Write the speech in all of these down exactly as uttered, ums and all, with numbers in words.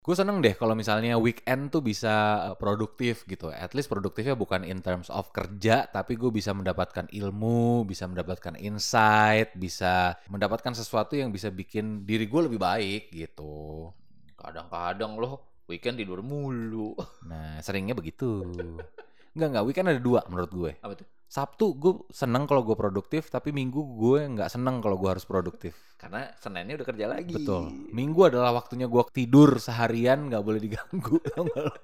Gue seneng deh kalau misalnya weekend tuh bisa uh, produktif gitu. At least produktifnya bukan in terms of kerja, tapi gue bisa mendapatkan ilmu, bisa mendapatkan insight, bisa mendapatkan sesuatu yang bisa bikin diri gue lebih baik gitu. Kadang-kadang loh weekend tidur mulu. Nah, seringnya begitu. Enggak, enggak. Weekend ada dua menurut gue. Apa tuh? Sabtu gue seneng kalau gue produktif, tapi Minggu gue nggak seneng kalau gue harus produktif. Karena Seninnya udah kerja lagi. Betul. Minggu adalah waktunya gue tidur seharian, nggak boleh diganggu. Tau nggak lo?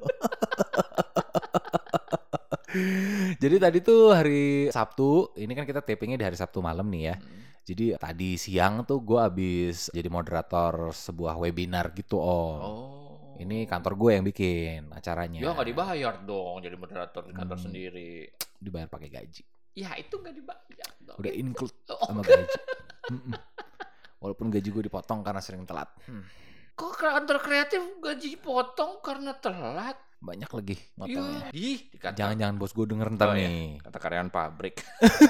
Jadi tadi tuh hari Sabtu, ini kan kita tapingnya di hari Sabtu malam nih ya. Hmm. Jadi tadi siang tuh gue abis jadi moderator sebuah webinar gitu om. Oh. Ini kantor gue yang bikin acaranya. Ya nggak dibayar dong jadi moderator di kantor Hmm. sendiri. Dibayar pakai gaji. Ya itu nggak dibayar dong. Udah include Oh, sama gaji. Mm-mm. Walaupun gaji gue dipotong karena sering telat. Hmm. Kok kantor kreatif gaji potong karena telat? Banyak lagi motongnya. Ih, dikata. Jangan-jangan bos gue denger ntar Oh, nih. ya. Kata karyawan pabrik.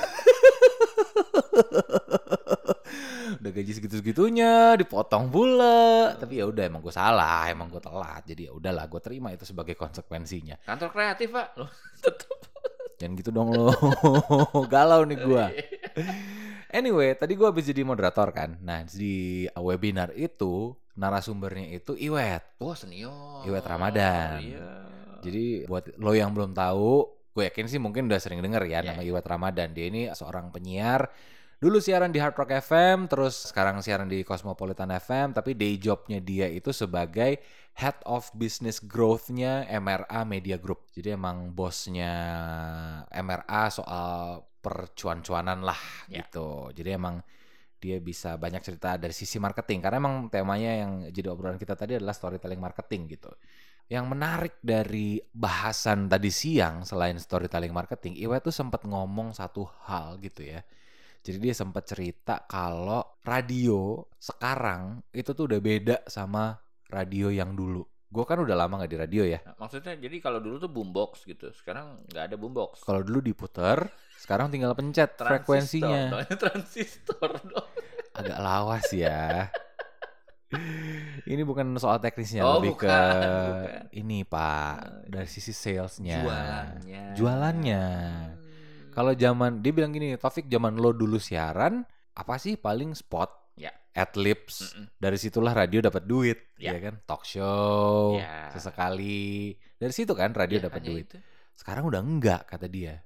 Udah gaji segitu-segitunya dipotong pula. Tapi ya udah emang gue salah, emang gue telat. Jadi ya udahlah gue terima itu sebagai konsekuensinya. Kantor kreatif, Pak. Loh, tetep. Jangan gitu dong lo. Galau nih gue. Anyway, tadi gue habis jadi moderator kan. Nah, di webinar itu narasumbernya itu Iwet. Wah, senior. Iwet Ramadan. Iya. Jadi buat lo yang belum tahu, gue yakin sih mungkin udah sering denger ya Yeah. nama Iwet Ramadan. Dia ini seorang penyiar. Dulu siaran di Hard Rock F M, terus sekarang siaran di Cosmopolitan F M, tapi day jobnya dia itu sebagai Head of Business Growth-nya M R A Media Group. Jadi emang bosnya M R A soal percuan-cuanan lah Ya. gitu. Jadi emang dia bisa banyak cerita dari sisi marketing, karena emang temanya yang jadi obrolan kita tadi adalah storytelling marketing gitu. Yang menarik dari bahasan tadi siang selain storytelling marketing, Iwet tuh sempat ngomong satu hal gitu ya. Jadi dia sempat cerita kalau radio sekarang itu tuh udah beda sama radio yang dulu. Gue kan udah lama gak di radio ya. Nah, maksudnya jadi kalau dulu tuh boombox gitu. Sekarang nggak ada boombox. Kalau dulu diputer, sekarang tinggal pencet frekuensinya. Dong. Transistor dong. Agak lawas ya. Ini bukan soal teknisnya, Oh, lebih bukan, ke bukan. ini Pak, dari sisi salesnya. Jualannya. Jualannya. Hmm. Kalau zaman, dia bilang gini, Taufik zaman lo dulu siaran, apa sih paling spot, Ya. adlibs, Mm-mm. dari situlah radio dapat duit, Ya. ya kan, talk show, Ya. sesekali, dari situ kan radio Ya, dapat hanya duit. itu. Sekarang udah enggak, kata dia.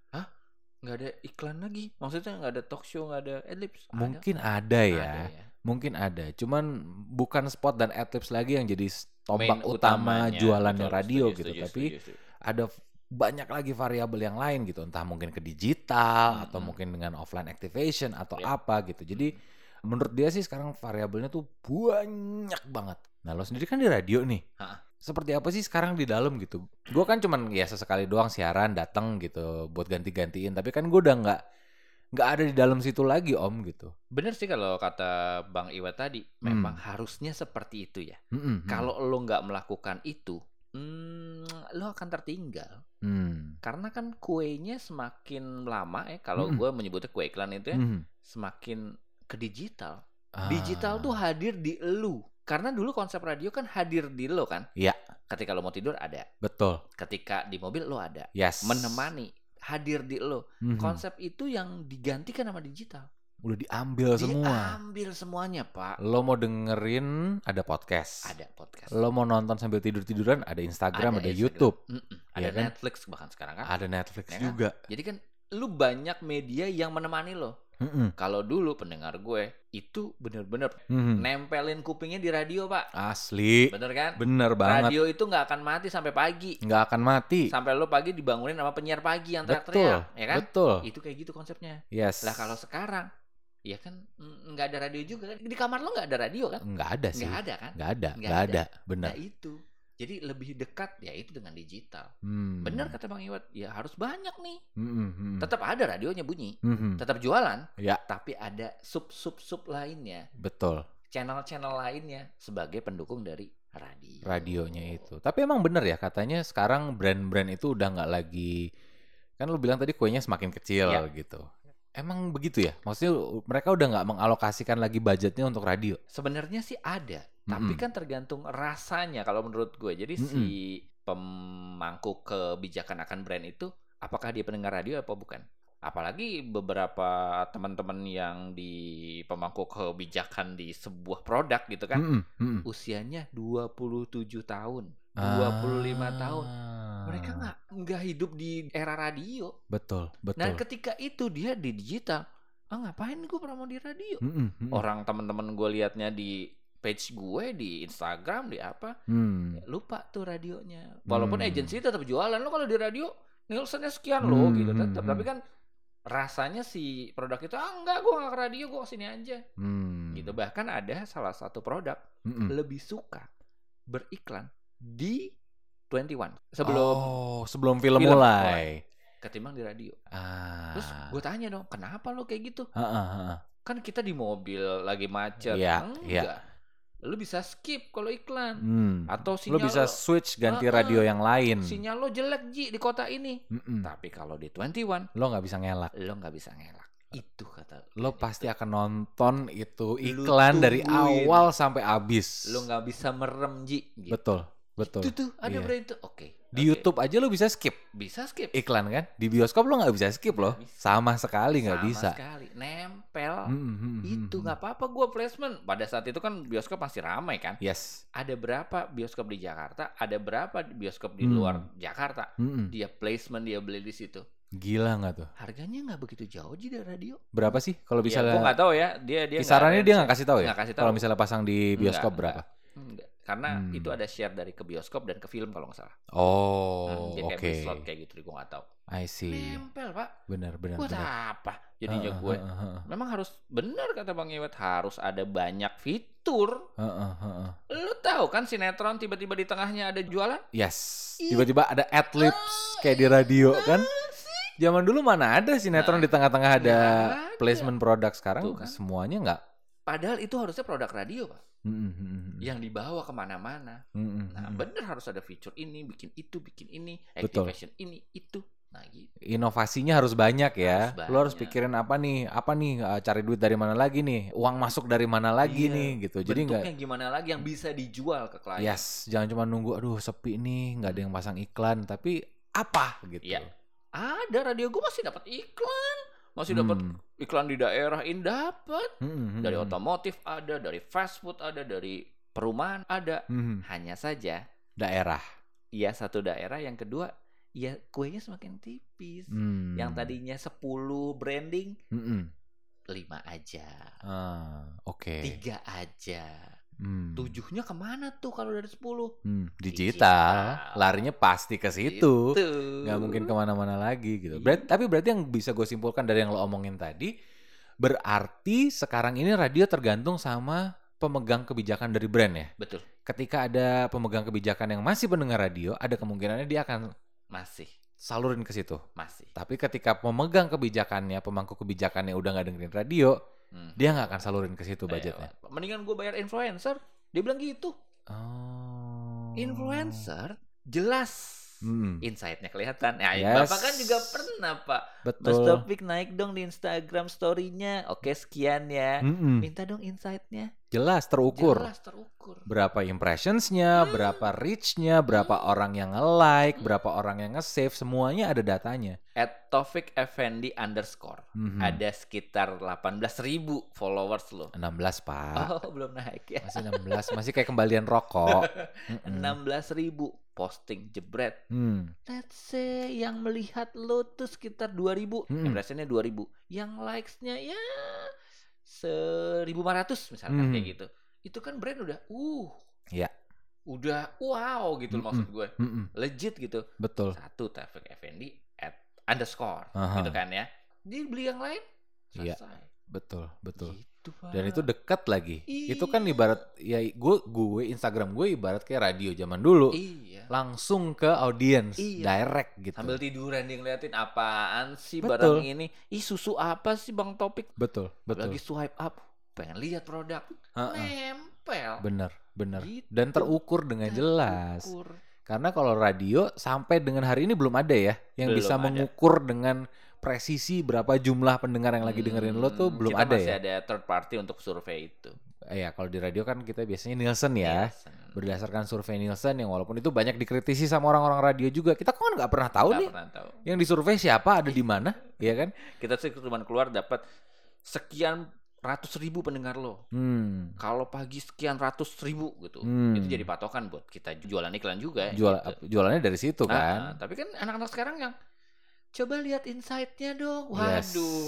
Nggak ada iklan lagi. Maksudnya nggak ada talk show, nggak ada adlibs. Ada. Mungkin ada ya, Ada ya. mungkin ada, cuman bukan spot dan adlibs lagi yang jadi tombak Main utama utamanya. jualannya Betul, radio setuju, gitu, setuju, tapi setuju, setuju. ada banyak lagi variabel yang lain gitu, entah mungkin ke digital Hmm, atau hmm. mungkin dengan offline activation atau Ya. apa gitu. Jadi menurut dia sih sekarang variabelnya tuh banyak banget. Nah lo sendiri kan di radio nih. Ha-ha. Seperti apa sih sekarang di dalam gitu? Gue kan cuman ya sesekali doang siaran datang gitu buat ganti-gantiin. Tapi kan gue udah nggak nggak ada di dalam situ lagi om gitu. Bener sih kalau kata Bang Iwa tadi, Hmm. memang harusnya seperti itu ya. Mm-mm, mm. Kalau lo nggak melakukan itu, hmm, lo akan tertinggal. Hmm. Karena kan kuenya semakin lama ya, kalau Mm-mm. gue menyebutnya kue iklan itu ya, Mhm. semakin ke digital. Ah. Digital tuh hadir di elu. Karena dulu konsep radio kan hadir di lo kan. Iya. Ketika lo mau tidur ada. Betul. Ketika di mobil lo ada. Yes. Menemani. Hadir di lo. Mhm. Konsep itu yang digantikan sama digital. Udah diambil semua. Diambil semuanya, Pak. Lo mau dengerin ada podcast. Ada podcast. Lo mau nonton sambil tidur-tiduran ada Instagram, ada, Instagram. YouTube, Mm-mm. Iya Ada kan? Netflix bahkan sekarang kan. ada Netflix Ya kan? juga. Jadi kan lu banyak media yang menemani lo. Mm-mm. Kalau dulu pendengar gue itu bener-bener Mhm. nempelin kupingnya di radio, Pak. Asli. Bener kan? Bener banget. Radio itu nggak akan mati sampai pagi. Nggak akan mati. Sampai lo pagi dibangunin sama penyiar pagi yang Betul. teriak-teriak, ya kan? Betul. Itu kayak gitu konsepnya. Yes. Lah kalau sekarang, ya kan mm, nggak ada radio juga kan? Di kamar lo nggak ada radio kan? Nggak ada sih. Nggak ada kan? Nggak ada. Nggak Nggak ada. ada. Bener. Nah itu. Jadi lebih dekat ya itu dengan digital. Hmm. Bener kata Bang Iwat, ya harus banyak nih. Mm-mm, mm. Tetap ada radionya bunyi, Mhm. tetap jualan, Ya. tapi ada sub-sub-sub lainnya, Betul. channel-channel lainnya sebagai pendukung dari radio. Radionya itu. Tapi emang bener ya katanya sekarang brand-brand itu udah nggak lagi, kan lu bilang tadi kuenya semakin kecil Ya. gitu. Emang begitu ya? Maksudnya mereka udah nggak mengalokasikan lagi budgetnya untuk radio? Sebenarnya sih ada, tapi Mm-mm. kan tergantung rasanya kalau menurut gue. Jadi Mm-mm. si pemangku kebijakan akan brand itu, apakah dia pendengar radio apa bukan? Apalagi beberapa teman-teman yang di pemangku kebijakan di sebuah produk gitu kan, Mm-mm. Mm-mm. usianya dua puluh tujuh tahun, dua puluh lima tahun. Mereka Ah, nggak nggak hidup di era radio. betul, Nah, betul. ketika itu dia di digital. Ah, ngapain gue promo di radio? Mm-mm. Mm-mm. Orang teman-teman gue liatnya di page gue di Instagram di apa, Hmm. lupa tuh radionya. Walaupun Hmm. agensi tetap jualan lo kalau di radio Nielsennya sekian lo Hmm, gitu hmm, tetap. hmm. Tapi kan rasanya si produk itu ah enggak gue nggak ke radio gue kesini aja Hmm. gitu. Bahkan ada salah satu produk Mm-mm. lebih suka beriklan di twenty one sebelum Oh, sebelum film, film mulai. ketimbang di radio. Ah. Terus gue tanya dong, kenapa lo kayak gitu? Heeh, heeh. Kan kita di mobil lagi macet. Iya, Enggak. iya. Lu bisa skip kalau iklan. Hmm. Atau Lo sinyal bisa lo- switch ganti Ah, radio ah. yang lain. Sinyal lo jelek Ji di kota ini. Mm-mm. Tapi kalau di twenty one Lo nggak bisa ngelak. lo nggak bisa ngelak. Itu kata Lo brand pasti itu. akan nonton itu Lu iklan dari tungguin. awal sampai habis. Lo nggak bisa merem Ji. Gitu. Betul, betul. Itu tuh ada Iya. brand itu. Oke. Di oke. YouTube aja lo bisa skip bisa skip. iklan kan? Di bioskop lo nggak bisa skip loh. Nggak bisa. Sama sekali nggak Sama bisa. sekali. Nempel. Mm, mm, mm, Itu mm, nggak apa-apa gue placement. Pada saat itu kan bioskop masih ramai kan. Yes. Ada berapa bioskop di Jakarta, ada berapa bioskop di Hmm. luar Jakarta. Mm-mm. Dia placement, dia beli di situ. Gila nggak tuh? Harganya nggak begitu jauh Ji dari radio. Berapa sih kalau Ya, gue misalnya nggak tahu ya. Dia dia kisarannya nggak dia range- nggak kasih tahu ya? nggak kasih tahu. Kalau misalnya pasang di bioskop Nggak, berapa? Enggak. Karena Hmm. itu ada share dari ke bioskop dan ke film kalau nggak salah. Oh, Hmm, jadi kayak oke. beli slot kayak gitu, gue nggak tahu. I see. Nempel pak. Benar, benar, Buat benar. apa? Jadinya Heeh, gue. heeh, heeh. Memang harus benar kata Bang Iwet, harus ada banyak fitur. Heeh, heeh. Lu tahu kan sinetron tiba-tiba di tengahnya ada jualan? Yes. Tiba-tiba ada adlibs kayak di radio kan? Zaman dulu mana ada sinetron di tengah-tengah ada nggak ada. placement produk. Sekarang Tuh kan. semuanya nggak. Padahal itu harusnya produk radio pak, Mm-mm, mm-mm, yang dibawa kemana-mana. mm-mm, Nah mm-mm. bener harus ada fitur ini, bikin itu, bikin ini, Betul. activation ini, itu. Nah gitu. Inovasinya harus banyak ya. Harus Lo harus banyak. pikirin apa nih? Apa nih? eh, Cari duit dari mana lagi nih? Uang masuk dari mana lagi Iya. nih? Gitu. Jadi nggak. Bentuknya gimana lagi yang bisa dijual ke klien. Yes. Jangan cuma nunggu. Aduh sepi nih. Nggak ada yang pasang iklan. Tapi apa gitu? Iya. Ada radio gue masih dapat iklan, masih dapat Hmm. iklan di daerah ini dapat. Mm-mm, Dari mm-mm. otomotif ada, dari fast food ada, dari perumahan ada. Mm-mm. Hanya saja, Daerah. ya satu daerah, yang kedua, ya kuenya semakin tipis. Hmm. Yang tadinya sepuluh branding, Mm-mm. lima aja, Ah, oke. tiga aja. Hmm. Tujuhnya kemana tuh kalau dari sepuluh? Hmm, digital, Digital. larinya pasti ke situ, Itu. nggak mungkin kemana-mana lagi gitu. Iya. Berat- tapi berarti yang bisa gue simpulkan dari yang lo omongin tadi, berarti sekarang ini radio tergantung sama pemegang kebijakan dari brand ya. Betul, Ketika ada pemegang kebijakan yang masih pendengar radio, ada kemungkinannya dia akan masih, salurin ke situ. masih. Tapi ketika pemegang kebijakannya, pemangku kebijakannya udah nggak dengerin radio, Hmm. dia nggak akan salurin ke situ budgetnya. Eh, Mendingan gue bayar influencer. Dia bilang gitu. Oh. Influencer jelas. Hmm, Insight-nya kelihatan. Nah, Yes. Bapak kan juga pernah, Pak. Mas betul. Taufik naik dong di Instagram story-nya. Oke, sekian ya. Mm-mm. Minta dong insight-nya. Jelas terukur. Jelas terukur. Berapa impressions-nya, berapa reach-nya, berapa orang yang nge-like, berapa orang yang nge-save, semuanya ada datanya. At Taufik Effendi underscore. Mhm. Ada sekitar delapan belas ribu followers lo. enam belas, Pak. Oh, belum naik ya. Masih enam belas, masih kayak kembalian rokok. Mm-mm. enam belas ribu posting jebret. Hmm. Let's say yang melihat lo tuh sekitar dua ribu. Mm-mm. Impressionnya dua ribu. Yang likes-nya ya seribu lima ratus misalkan Mm. kayak gitu. Itu kan brand udah uh. Iya. Udah wow gitu Mm-mm. maksud gue. Mm-mm. Legit gitu. Betul. Satu Taufik Effendi at underscore Aha. gitu kan ya. Dia beli yang lain Iya. selesai. Betul, betul. Gitu, Pak. Dan itu dekat lagi. Itu kan Iya. ibarat ya gue gue Instagram gue ibarat kayak radio zaman dulu. Iya. Langsung ke audiens, Iya. direct gitu. Sambil tiduran dia ngeliatin apaan sih Betul. barang ini. Ih susu apa sih Bang Topik. Betul, betul. Lagi swipe up. Pengen lihat produk. Ha-ha. Nempel. Bener, bener. Gitu. Dan terukur dengan jelas. Terukur. Karena kalau radio sampai dengan hari ini belum ada ya yang Belum bisa ada. mengukur dengan presisi berapa jumlah pendengar yang lagi dengerin lo tuh belum kita ada masih ya. ada third party untuk survei itu. Iya, kalau di radio kan kita biasanya Nielsen ya. Nielsen. Berdasarkan survei Nielsen yang walaupun itu banyak dikritisi sama orang-orang radio juga. Kita kan nggak pernah tahu Nggak nih pernah tahu. yang disurvei siapa, ada di mana, ya kan? Kita sih cuma keluar dapat sekian ratus ribu pendengar lo. Hmm. Kalau pagi sekian ratus ribu gitu, Hmm. itu jadi patokan buat kita jualan iklan juga. Jual gitu. jualannya dari situ Nah, kan. tapi kan anak-anak sekarang yang coba lihat insight-nya dong. Yes. Waduh,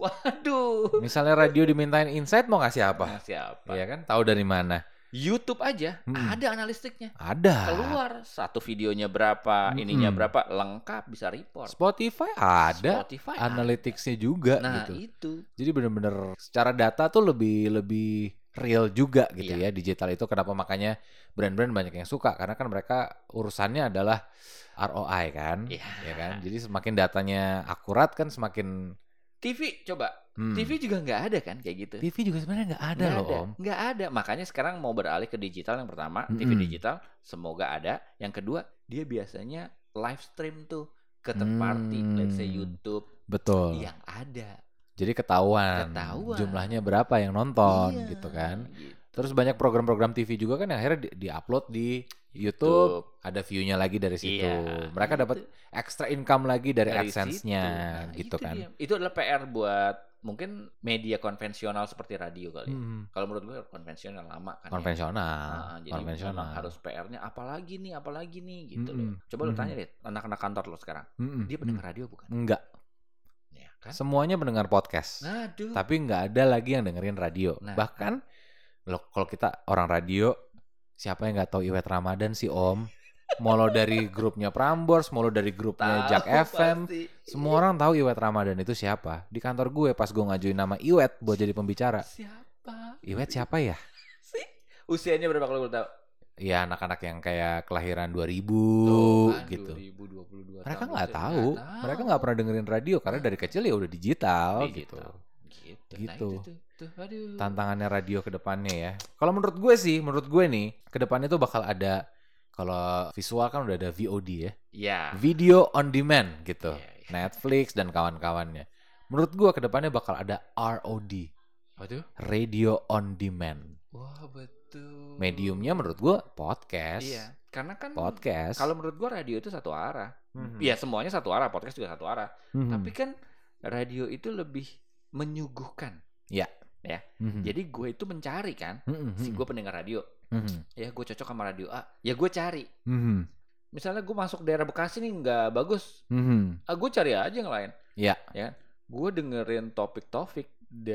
waduh. Misalnya radio dimintain insight mau ngasih apa? Nah, siapa? Iya kan? Tahu dari mana? YouTube aja Hmm. ada analistiknya. Ada. Keluar satu videonya berapa, Mm-mm. ininya berapa, lengkap bisa report. Spotify ada. Spotify Analytics-nya juga Nah, gitu. itu. Jadi bener-bener secara data tuh lebih lebih real juga gitu Iya. ya digital itu. Kenapa makanya brand-brand banyak yang suka karena kan mereka urusannya adalah R O I kan, Iya. ya kan. Jadi semakin datanya akurat kan semakin. T V coba, Hmm. T V juga nggak ada kan kayak gitu. T V juga sebenarnya nggak ada Nggak loh om. Nggak ada. Makanya sekarang mau beralih ke digital yang pertama, T V Mm-mm. digital, semoga ada. Yang kedua, dia biasanya live stream tuh ke third party, Hmm. let's say YouTube, Betul. yang ada. Jadi ketahuan, Ketahuan. jumlahnya berapa yang nonton Iya, gitu kan. gitu. Terus banyak program-program T V juga kan yang akhirnya di, upload di YouTube, ada view-nya lagi dari situ. Iya, Mereka gitu. dapat extra income lagi dari, Dari AdSense-nya situ. Nah, gitu itu kan. dia. Itu adalah P R buat mungkin media konvensional seperti radio kali. Hmm. Kalau menurut gue konvensional lama kan. ya. Konvensional, Nah, jadi konvensional. memang harus P R-nya apalagi nih, apalagi nih gitu Mm-mm. loh. Coba lu Mm-mm. tanya deh anak-anak kantor lo sekarang. Mm-mm. Dia pendengar radio bukan? Enggak, Ya kan? semuanya mendengar podcast. Aduh. Tapi nggak ada lagi yang dengerin radio. Nah. Bahkan lo kalau kita orang radio, siapa yang nggak tahu Iwet Ramadan sih om? Mau lo dari grupnya Prambors, mau lo dari grupnya Tahu Jack F M, pasti. semua orang tahu Iwet Ramadan itu siapa. Di kantor gue pas gue ngajuin nama Iwet buat jadi pembicara. Siapa? Iwet siapa ya? Sih. Usianya berapa kalau lu tahu? Ya anak-anak yang kayak kelahiran dua ribu Tuh, kan, gitu. dua ribu dua puluh dua Mereka tahun nggak itu tahu. Mereka nggak pernah dengerin radio karena dari kecil ya udah digital, gitu. Digital. Gitu. Nah, Gitu. itu tuh, tuh, aduh. Tantangannya radio ke depannya ya. Kalau menurut gue sih, menurut gue nih, ke depannya tuh bakal ada, kalau visual kan udah ada V O D ya. Ya. Video on demand gitu. Iya, iya. Netflix dan kawan-kawannya. Menurut gue ke depannya bakal ada R O D. Waduh. Radio on demand. Wah, betul. Mediumnya menurut gue podcast. Iya, karena kan Podcast. kalau menurut gua radio itu satu arah. Mhm. Iya, semuanya satu arah, podcast juga satu arah. Mhm. Tapi kan radio itu lebih menyuguhkan. Ya. Ya. Mhm. Jadi gue itu mencari kan, Mhm. si gue pendengar radio. Mhm. Ya gue cocok sama radio A, ya gue cari. Mhm. Misalnya gue masuk daerah Bekasi nih nggak bagus, Mhm. ah gue cari aja yang lain. Ya. Ya, gue dengerin topik Taufik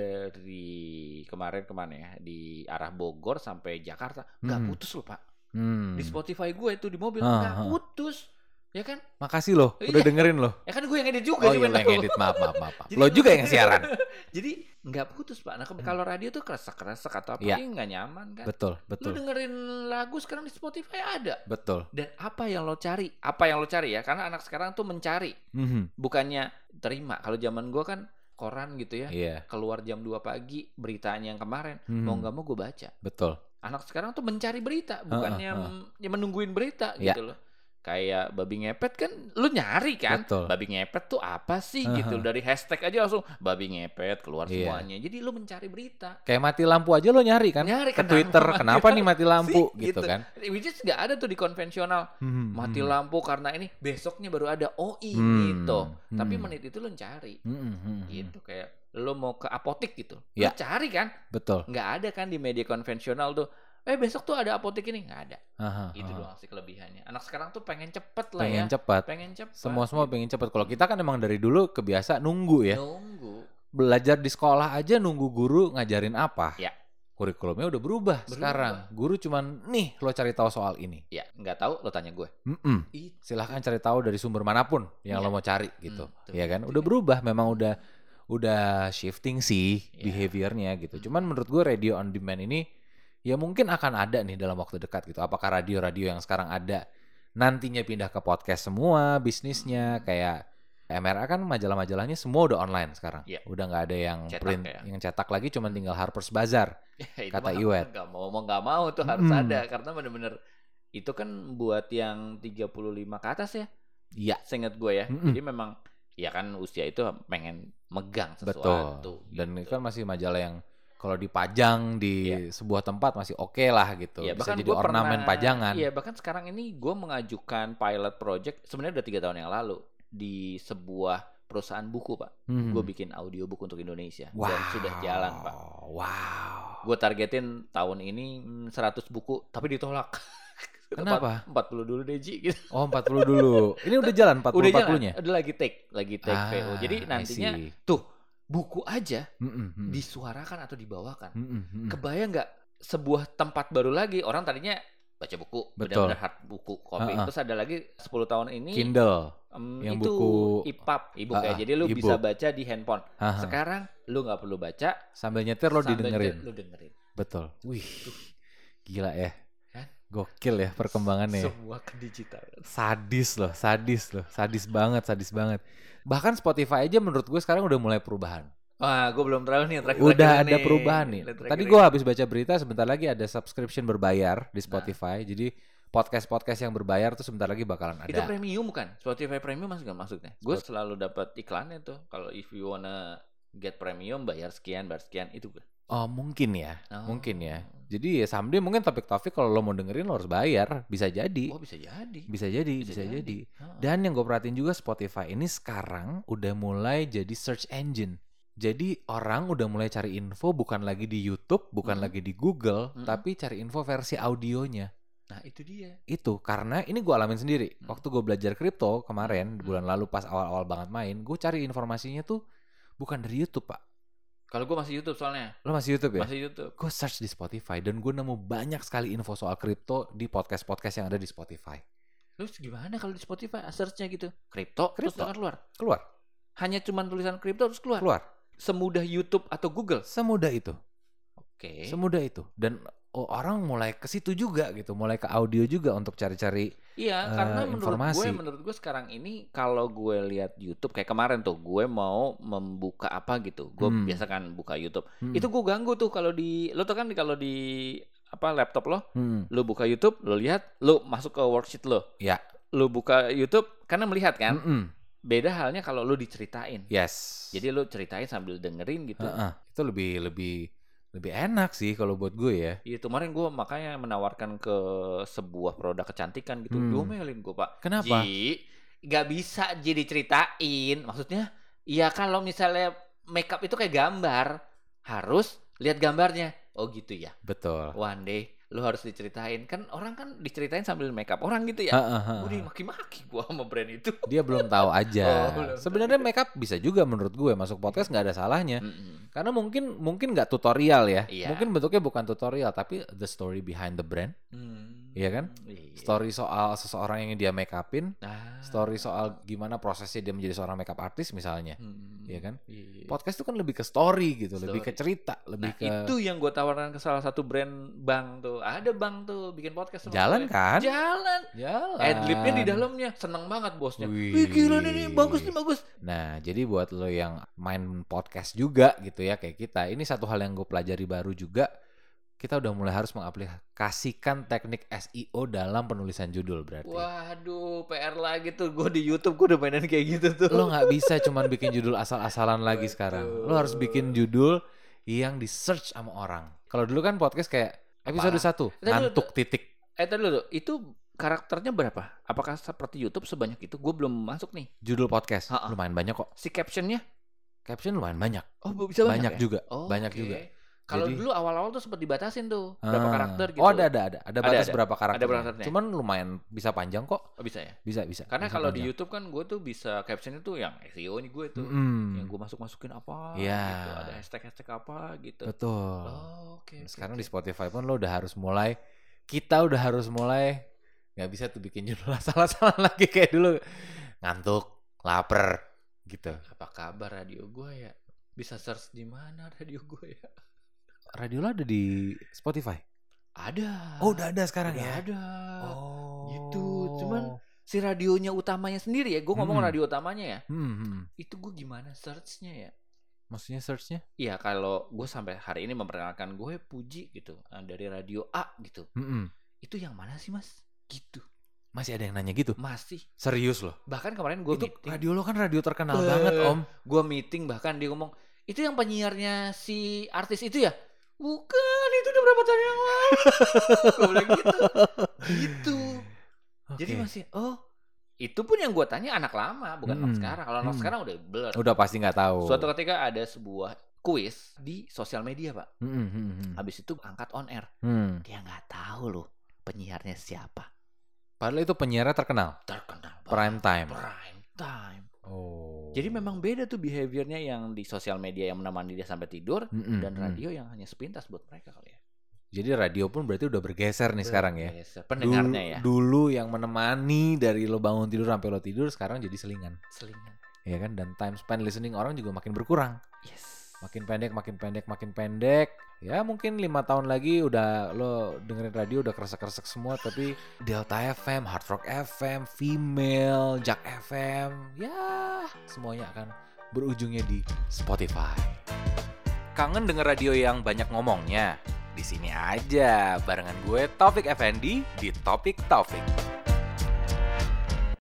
dari kemarin kemana ya, di arah Bogor sampai Jakarta, nggak Mhm. putus loh pak. Hmm. Di Spotify gue itu di mobil Ah, nggak ah. putus, ya kan? Makasih loh, udah Iya. dengerin loh. Ya kan gue yang edit juga Oh sih, iya, bener. lo yang edit, maaf, maaf, maaf. maaf. Jadi- Lo juga yang siaran. Jadi nggak putus pak. Nah ke- kalau radio tuh kresek-kresek atau apa, Iya. ini nggak nyaman kan? Betul, Lu betul, dengerin lagu sekarang di Spotify ada. betul. Dan apa yang lo cari? Apa yang lo cari ya? Karena anak sekarang tuh mencari, Mhm. bukannya terima. Kalau zaman gue kan koran gitu ya, Iya, keluar jam dua pagi beritanya yang kemarin, Mhm. mau nggak mau gue baca. betul. Anak sekarang tuh mencari berita, bukannya Heeh, m- ya menungguin berita Iya. gitu loh. Kayak babi ngepet kan, lu nyari kan? Betul. Babi ngepet tuh apa sih Heeh. gitu? Dari hashtag aja langsung babi ngepet keluar Iya. semuanya. Jadi lu mencari berita. Kayak mati lampu aja lo nyari kan? Nyari, ke kenapa Twitter, mati kenapa nih mati lampu sih? gitu Gitu. kan? Which is nggak ada tuh di konvensional. Mhm, Mati mhm. lampu karena ini, besoknya baru ada. Oh iya Hmm, gitu. Tapi hmm. menit itu lu cari. Mhm, mhm, mhm. Gitu kayak lu mau ke apotek gitu. Ya. Lu cari kan? Betul. Nggak ada kan di media konvensional tuh. Eh besok tuh ada apotek ini, nggak ada. Aha, Itu aha. doang sih kelebihannya. Anak sekarang tuh pengen cepet lah Pengen ya. cepat. Pengen cepet. Semua semua pengen cepat. Kalau kita kan emang dari dulu kebiasa nunggu ya. Nunggu. Belajar di sekolah aja nunggu guru ngajarin apa. Ya. Kurikulumnya udah berubah, Berubah. sekarang. Guru cuman nih lo cari tahu soal ini. Ya nggak tahu lo tanya gue. Mm-mm. Itu. Silahkan cari tahu dari sumber manapun yang Iya. lo mau cari gitu. Hmm, tuh. Ya kan? Itu Udah dia. berubah, memang udah udah shifting sih Iya. behaviornya gitu. Hmm. Cuman menurut gue radio on demand ini ya mungkin akan ada nih dalam waktu dekat gitu. Apakah radio-radio yang sekarang ada nantinya pindah ke podcast semua bisnisnya, kayak M R A kan majalah-majalahnya semua udah online sekarang. Iya. Udah nggak ada yang Cetak print, ya. yang cetak lagi, cuman tinggal Harper's Bazaar. Ya, itu Kata mah Iwet. nggak mau mau nggak mau tuh harus Mm-mm. ada karena bener-bener itu kan buat yang tiga puluh lima ke atas ya. Iya. Seingat gue ya. Mm-mm. Jadi memang ya kan usia itu pengen megang Betul. sesuatu. Dan itu gitu. kan masih majalah yang kalau dipajang di Iya. sebuah tempat masih oke lah gitu. Ya, Bisa bahkan jadi gue ornamen pernah, pajangan. iya bahkan sekarang ini gue mengajukan pilot project sebenarnya udah tiga tahun yang lalu di sebuah perusahaan buku pak. Hmm. Gue bikin audiobook untuk Indonesia Wow. dan sudah jalan pak. Wow. Gue targetin tahun ini hmm, seratus buku tapi ditolak. Kenapa? empat puluh dulu deh Ji gitu. Oh empat puluh dulu. Ini udah jalan empat puluh Udah empat jalan, puluh-nya? udah lagi take, lagi take Ah, V O. Jadi I nantinya see. tuh buku aja Mm-mm, mm. disuarakan atau dibawakan. Mm-mm, mm. Kebayang nggak sebuah tempat baru lagi orang tadinya baca buku, Betul. benar-benar hard buku, kopi. Ha-ha. Terus ada lagi sepuluh tahun ini Kindle. em, yang itu buku E P U B, e-book ya. Ha-ha, Jadi lu e-book. bisa baca di handphone. Haha. Sekarang lu nggak perlu baca, Sambil nyetir lo sambil didengerin. lu dengerin. Betul. Wih. Gila ya. Kan? Gokil ya perkembangannya. Semua ke digital. Sadis loh, sadis loh. Sadis banget, sadis banget. Bahkan Spotify aja menurut gue sekarang udah mulai perubahan. Wah, gue belum tahu nih terakhir. Udah ada perubahan nih. Terakhir Tadi ini. gue habis baca berita sebentar lagi ada subscription berbayar di Spotify. Jadi podcast-podcast yang berbayar tuh sebentar lagi bakalan ada. Itu premium bukan? Spotify premium masuk nggak maksudnya? Gue selalu dapat iklannya tuh. Kalau if you wanna get premium bayar sekian, bayar sekian itu gue. Oh mungkin ya, Oh. mungkin ya. Jadi ya someday mungkin topik-topik kalau lo mau dengerin lo harus bayar, bisa jadi, Oh bisa jadi. bisa jadi, bisa, jadi. Dan yang gue perhatiin juga Spotify ini sekarang udah mulai jadi search engine. Jadi orang udah mulai cari info bukan lagi di YouTube, bukan Mm-mm. lagi di Google, Mm-mm. tapi cari info versi audionya. Nah itu dia. Itu karena ini gue alamin sendiri. Hmm. Waktu gue belajar kripto kemarin di Hmm. bulan lalu pas awal-awal banget main, gue cari informasinya tuh bukan dari YouTube pak. Kalau gue masih YouTube soalnya. Lo masih YouTube ya? Masih YouTube. Gue search di Spotify dan gue nemu banyak sekali info soal kripto di podcast-podcast yang ada di Spotify. Terus gimana kalau di Spotify search-nya gitu? Kripto, terus Kripto. akan keluar. Keluar, Hanya cuman tulisan kripto terus keluar. keluar. Semudah YouTube atau Google. Semudah itu, Oke. semudah itu. Dan oh, orang mulai ke situ juga gitu, mulai ke audio juga untuk cari-cari. Iya, eh, karena menurut informasi. gue, menurut gue sekarang ini kalau gue lihat YouTube kayak kemarin tuh, gue mau membuka apa gitu, gue Hmm. biasa kan buka YouTube, Hmm. itu gue ganggu tuh kalau di, lo tuh kan di- kalau di apa laptop lo, Hmm. lo buka YouTube, lo lihat, lo masuk ke worksheet lo, Ya. lo buka YouTube karena melihat kan, Mm-mm. beda halnya kalau lo diceritain, Yes. jadi lo ceritain sambil dengerin gitu. Heeh. Itu lebih lebih lebih enak sih kalau buat gue ya. Iya kemarin gue makanya menawarkan ke sebuah produk kecantikan gitu, Hmm. diomelin gue pak. Kenapa? Ji, nggak bisa jadi ceritain. Maksudnya, ya kalau misalnya makeup itu kayak gambar, harus lihat gambarnya. Oh gitu ya. Betul. One day lu harus diceritain. Kan orang kan diceritain sambil makeup orang gitu ya. Heeh, heeh. Udah maki-maki gua sama brand itu. Dia belum tahu aja. Oh, belum tahu. Sebenarnya makeup bisa juga menurut gue masuk podcast nggak ada salahnya. Mm-mm. Karena mungkin mungkin nggak tutorial ya. Iya. Mungkin bentuknya bukan tutorial tapi the story behind the brand. Hmm. Iya kan? Iya. Story soal seseorang yang dia make upin, Ah. story soal gimana prosesnya dia menjadi seorang makeup artist misalnya. Hmm. Iya kan? Iya. Podcast itu kan lebih ke story gitu, lebih ke Story. cerita, lebih Nah ke itu yang gue tawarkan ke salah satu brand bank tuh. Ada bank tuh bikin podcast sama jalan gue. kan? Jalan. Jalan. Adlibnya di dalamnya seneng banget bosnya. Wih. Wih gila nih, nih bagus nih bagus. Nah, jadi buat lo yang main podcast juga gitu ya kayak kita, ini satu hal yang gue pelajari baru juga. Kita udah mulai harus mengaplikasikan teknik S E O dalam penulisan judul berarti. Waduh, P R lagi tuh. Gue di YouTube gue udah mainin kayak gitu tuh. Lo nggak bisa cuman bikin judul asal-asalan lagi sekarang. Lo harus bikin judul yang di search sama orang. Kalau dulu kan podcast kayak episode Apa? satu Tapi ngantuk lu- titik. Eh tadi dulu, itu karakternya berapa? Apakah seperti YouTube sebanyak itu? Gue belum masuk nih. Judul podcast Ha-ha. lumayan banyak kok. Si captionnya? Caption lumayan banyak. Oh bisa banyak, Banyak ya? juga, Oh, banyak oke. juga. Kalau Jadi- dulu awal-awal tuh sempat dibatasin tuh berapa Ah. karakter gitu. Oh ada ada ada ada batas ada. berapa karakter. karakternya. Cuman lumayan bisa panjang kok. Oh, bisa ya? Bisa bisa. Karena bisa kalau di panjang. YouTube kan gue tuh bisa captionnya tuh yang S E O nya gue tuh. Mm-mm. Yang gue masuk-masukin apa Iya. gitu. Ada hashtag-hashtag apa gitu. Betul. Oh, oke. oke, Sekarang oke. di Spotify pun lo udah harus mulai, kita udah harus mulai nggak bisa tuh bikin judul asal-asalan lagi kayak dulu ngantuk, lapar gitu. Apa kabar radio gue ya? Bisa search di mana radio gue ya? Radio lo ada di Spotify? Ada. Oh udah ada sekarang Udah ya? ada. Oh. Gitu. Cuman si radionya utamanya sendiri ya. Gue ngomong Hmm. radio utamanya ya. Hmm, hmm. Itu gue gimana searchnya ya? Maksudnya searchnya? Iya kalau gue sampai hari ini memperkenalkan gue Puji gitu. eh, Dari radio A gitu. Hmm, hmm. Itu yang mana sih mas? Gitu. Masih ada yang nanya gitu? Masih. Serius loh? Bahkan kemarin gue Itu meeting. radio lo kan radio terkenal banget om. Gue meeting bahkan dia ngomong, itu yang penyiarnya si artis itu ya? Bukan, itu udah berapa tahun yang lalu. Gue bilang gitu. Gitu. Okay. Jadi masih, oh itu pun yang gue tanya anak lama, bukan Hmm. anak sekarang. Kalau anak Hmm. sekarang udah blur. Udah pasti nggak tahu. Suatu ketika ada sebuah kuis di sosial media pak. Hmm, hmm, hmm. Habis itu angkat on air. Hmm. Dia nggak tahu loh penyiarnya siapa. Padahal itu penyiarnya terkenal. Terkenal banget. Prime time. Prime time. Oh. Jadi memang beda tuh behaviornya yang di sosial media yang menemani dia sampai tidur Mm-mm, dan mm. radio yang hanya sepintas buat mereka kali ya. Jadi radio pun berarti udah bergeser nih sekarang ya. Bergeser. Pendengarnya dulu, ya. Dulu yang menemani dari lo bangun tidur sampai lo tidur sekarang jadi selingan. Selingan. Ya kan, dan time spend listening orang juga makin berkurang. Yes. Makin pendek, makin pendek, makin pendek. Ya mungkin lima tahun lagi udah lo dengerin radio udah kresek-kresek semua. Tapi Delta F M, Hard Rock F M, Female, Jack F M, ya semuanya akan berujungnya di Spotify. Kangen denger radio yang banyak ngomongnya? Di sini aja barengan gue Taufik Effendi di Topik Taufik.